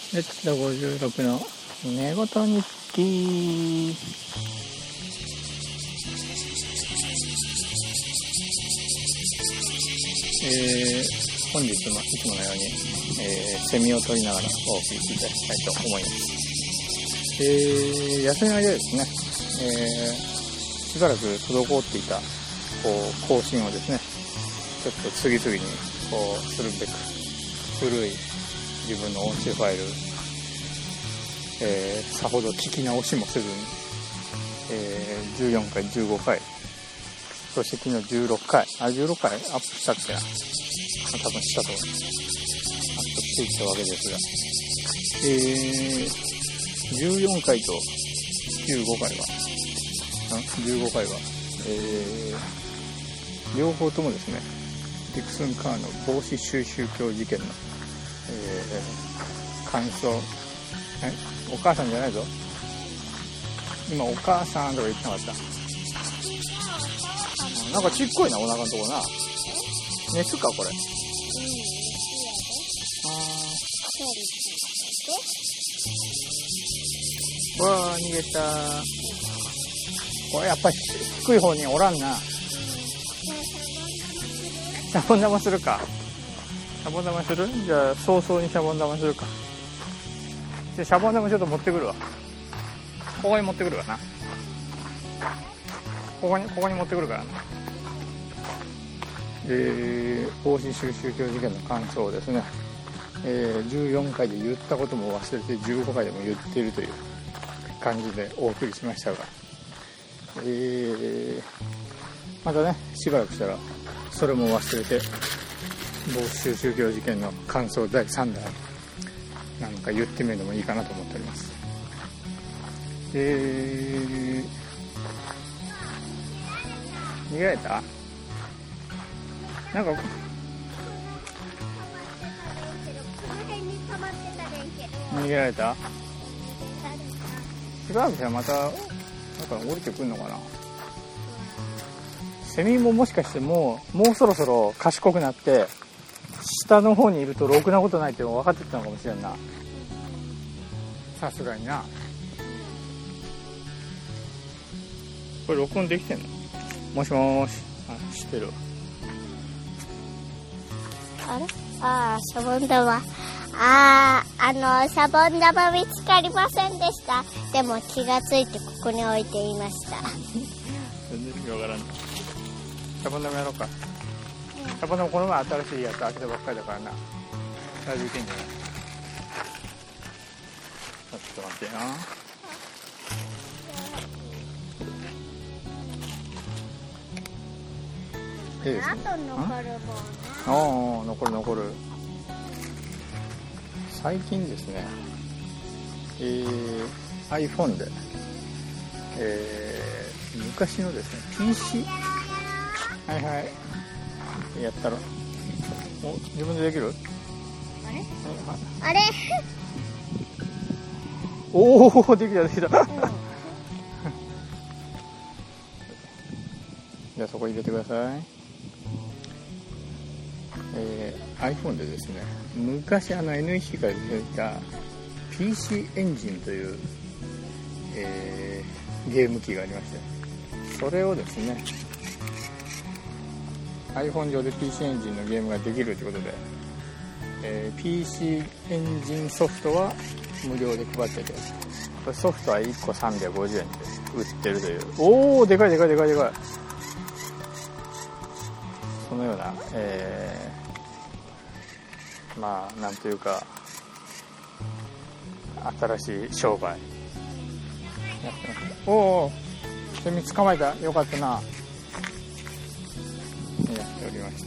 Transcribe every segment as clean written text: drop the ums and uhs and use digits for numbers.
56の寝言日記。本日もいつものように、セミを取りながらお送りいただきたいと思います。休みの間ですね、しばらく滞っていた更新をですね、ちょっと次々にするべく古い自分の音声ファイル、さほど聞き直しもせずに、14回15回そして昨日16回16回アップしたっけな、多分したと思います。アップしていったわけですが、14回と15回は、両方ともですね、ディクスン・カーの帽子収集教事件の、感想。お母さんじゃないぞ、今お母さんとか言ってなかった。なんかちっこいな、お腹のとこな。熱かこれ。わー、逃げた。これやっぱり低い方におらんな。シャボン玉するか。シャボン玉する？じゃあ早々にシャボン玉するか。でシャボン玉ちょっと持ってくるわ。ここに持ってくるわな。ここに持ってくるからな。帽子収集教事件の感想をですね、14回で言ったことも忘れて15回でも言っているという感じでお送りしましたが、またね、しばらくしたらそれも忘れて帽子収集教事件の感想第3弾なんか言ってみるのもいいかなと思っております。逃げられた？なんか逃げられた？しばらくしたらまたなんか降りてくるのかな。セミももしかしてもうそろそろ賢くなって下の方にいるとろくなことないって分かってきたのかもしれんな。さすがにな。これ録音できてんの？もしもーし。知ってる。 あれ？シャボン玉。シャボン玉見つかりませんでした。でも気がついてここに置いていました。 全然意味わからん。シャボン玉やろうか。シャボン玉この前新しいやつ開けたばっかりだからな。だいぶいけんじゃない？ちょっと待ってな。 あと残るもんな。 残る。最近ですね、iPhone で、昔のですね PC はいやったら自分でできる？ あれおお、できた、じゃあそこ入れてください。iPhone でですね、昔NEC から出ていた PC エンジンという、ゲーム機がありまして、それをですね iPhone 上で PC エンジンのゲームができるということで、PC エンジンソフトは無料で配ってて、これソフトは1個350円で売ってるという。おー、でかい。そのような、まあなんというか新しい商売やってます。おお、セミ捕まえた、よかったな。やっておりまして、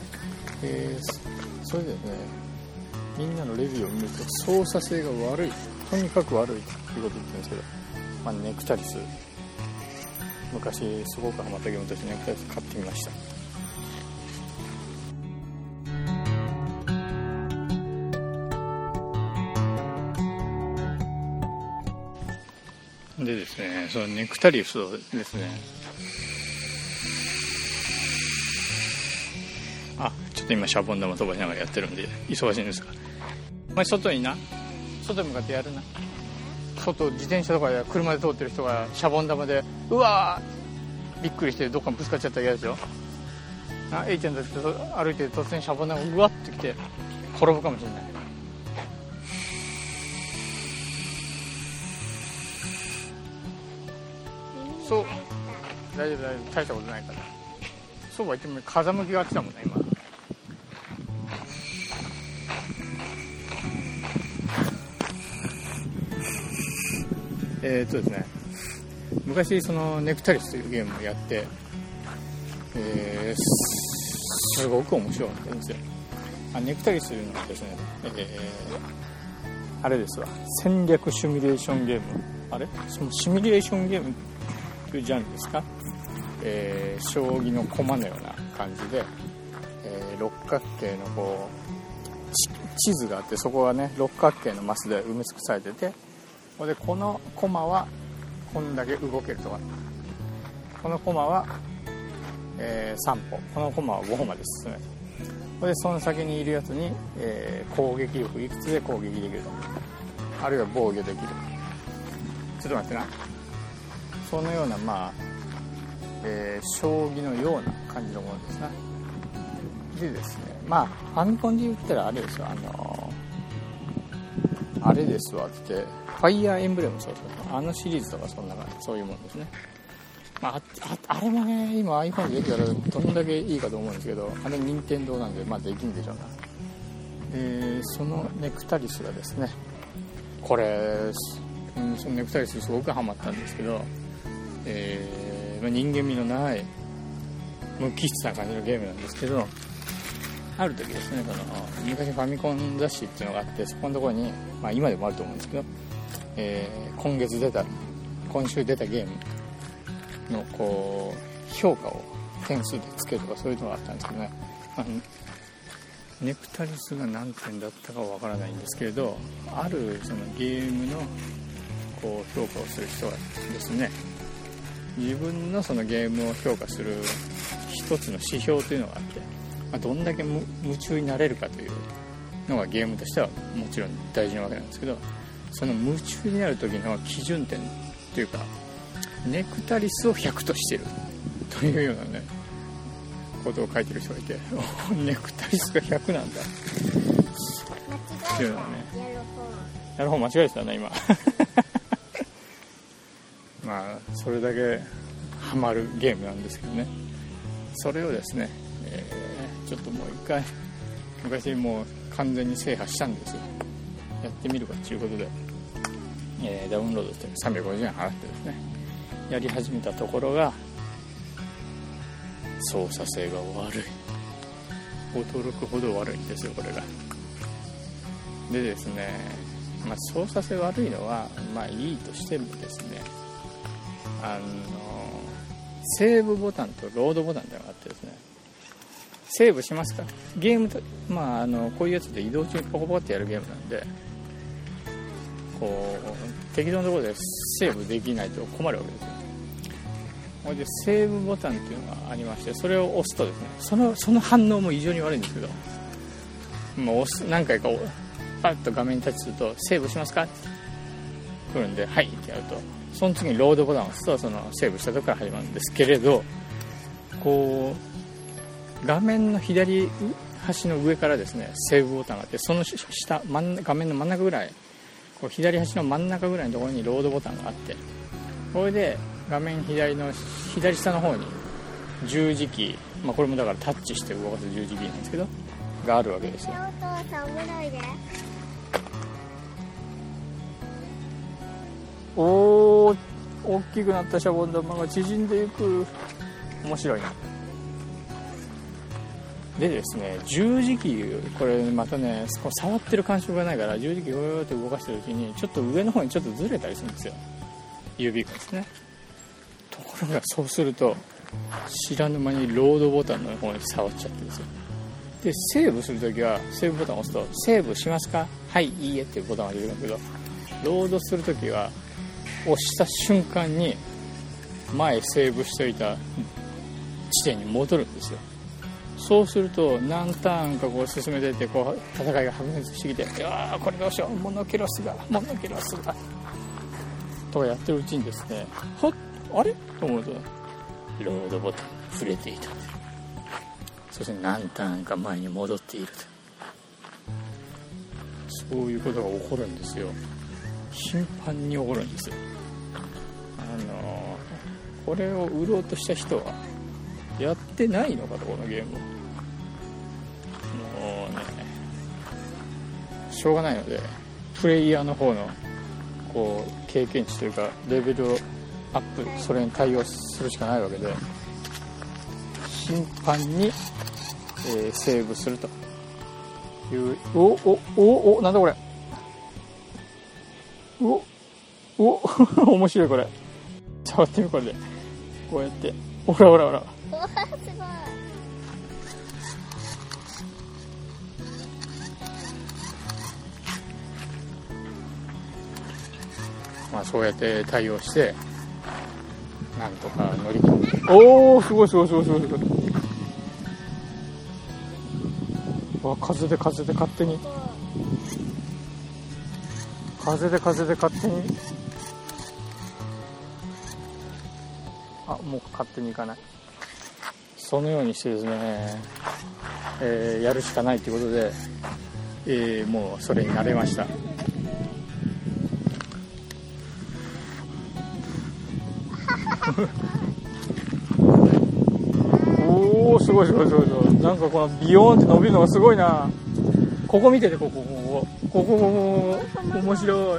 それでですね、みんなのレビューを見ると操作性が悪い、とにかく悪いということを言ってるんですけど、ネクタリス、昔すごくハマったゲームとしてネクタリス買ってみました。でですね、そのネクタリスをですね、ちょっと今シャボン玉飛ばしながらやってるんで忙しいんですが、外にな外に向かってやるな。外自転車とかで車で通ってる人がシャボン玉でうわーびっくりしてどっかにぶつかっちゃったら嫌でしょ。エイちゃんだって歩いて突然シャボン玉がうわっと来て転ぶかもしれない。そう大丈夫大したことないから。そうは言っても風向きがあってたもんね今。ですね、昔そのネクタリスというゲームをやって、すごく面白かったんですよ。ネクタリスというのはですね、あれですわ、戦略シミュレーションゲーム、あれそのシミュレーションゲームというジャンルですか、将棋の駒のような感じで、六角形のこう地図があって、そこはね六角形のマスで埋め尽くされてて、でこのコマはこんだけ動けるとか、このコマは、3歩、このコマは5歩まで進める。でその先にいるやつに、攻撃力いくつで攻撃できると、あるいは防御できる。ちょっと待ってな。そのような将棋のような感じのものですね。でですね、ファミコンで言ったらあれですよ、あれですわってファイヤーエンブレム、そうシリーズとかそんな感じ、そういうもんですね。あれもね今 iPhone でできたらどんだけいいかと思うんですけど、あれ任天堂なんでできんでしょうな。そのネクタリスがですね、これ、そのネクタリスすごくハマったんですけど、人間味のない無機質な感じのゲームなんですけど、ある時ですね、昔ファミコン雑誌っていうのがあって、そこのところに、今でもあると思うんですけど、今週出たゲームのこう評価を点数でつけるとかそういうのがあったんですけどね、ネクタリスが何点だったかはわからないんですけれど、あるそのゲームのこう評価をする人がですね、自分のそのゲームを評価する一つの指標というのがあって、どんだけ夢中になれるかというのがゲームとしてはもちろん大事なわけなんですけど、その夢中になる時の基準点というか、ネクタリスを100としているというようなねことを書いてる人がいて、ネクタリスが100なんだっていうのはね、やる方間違えてたな今それだけハマるゲームなんですけどね、それをですね、ちょっともう一回昔もう完全に制覇したんですよ。やってみるかということで、ダウンロードして350円払ってですねやり始めたところが、操作性が悪い、驚くほど悪いんですよこれが。でですね、操作性悪いのはいいとしてもですね、セーブボタンとロードボタンというのがあってですね、セーブしますか、ゲームとこういうやつで移動中にポコポコってやるゲームなんで、こう適当なところでセーブできないと困るわけですよ。これでセーブボタンっていうのがありまして、それを押すとですね、その反応も異常に悪いんですけど、何回かパッと画面にタッチするとセーブしますかって来るんで、はいってやると、その次にロードボタンを押すとそのセーブしたところから始まるんですけれど、こう画面の左端の上からですねセーブボタンがあって、その下画面の真ん中ぐらい、こう左端の真ん中ぐらいのところにロードボタンがあって、これで画面左下の方に十字キー、これもだからタッチして動かす十字キーなんですけどがあるわけですよ。 お父さん危ないで。 大きくなったシャボン玉が縮んでいく。面白いな。でですね、十字キー、これまたね触ってる感触がないから、十字キーをよーって動かしてるうちにちょっと上の方にちょっとずれたりするんですよ、指がですね。ところがそうすると知らぬ間にロードボタンの方に触っちゃってですよ。でセーブするときはセーブボタンを押すと、セーブしますか、はいいいえっていうボタンが出てくるんだけど、ロードするときは押した瞬間に前セーブしておいた地点に戻るんですよ。 そうすると何ターンかこう進めていってこう戦いが白熱してきて、いやーこれどうしよう、モノケロスがとかやってるうちにですね、はっあれと思うとロードボタン触れていた、そして何ターンか前に戻っていると、そういうことが起こるんですよ。頻繁に起こるんですよ。これを売ろうとした人はやってないのかと、このゲームを。もうね、しょうがないのでプレイヤーの方のこう経験値というかレベルをアップ、それに対応するしかないわけで、頻繁に、セーブするという。おなんだこれ、面白いこれ。触ってみ、これでこうやってほらうわすごい。 まあそうやって対応してなんとか乗り込んで、おおすごい。わ、風で勝手にもう勝手に行かない。そのようにしてですね、やるしかないということで、もうそれに慣れました。おおすごい。なんかこのビヨーンって伸びるのがすごいな。ここ見てて、ここ面白い。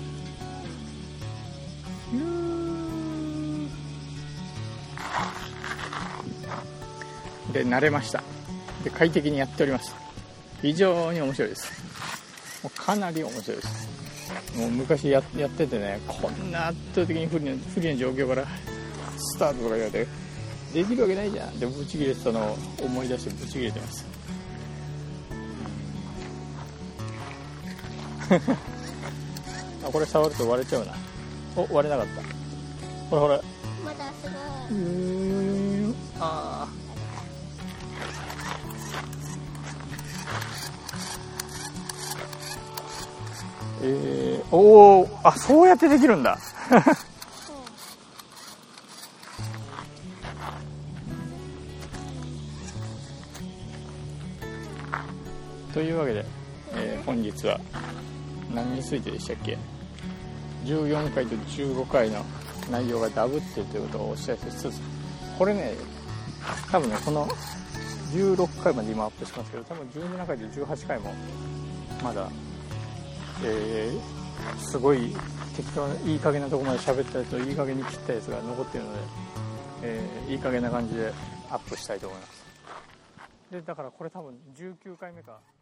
で慣れました。で快適にやっております。非常に面白いです。もうかなり面白いです。もう昔やっててね、こんな圧倒的に不利な状況からスタートとか言われてできるわけないじゃんってブチ切れてたのを思い出してブチ切れてます。これ触ると割れちゃうな。割れなかった。ほらまだすごい。そうやってできるんだ。というわけで、本日は何についてでしたっけ。14回と15回の内容がダブっているということをお知らせしつつ、これね多分ねこの16回まで今アップしますけど、多分17回と18回もまだすごい適当ないい加減なところまで喋ったやつといい加減に切ったやつが残っているので、いい加減な感じでアップしたいと思います。でだからこれ多分19回目か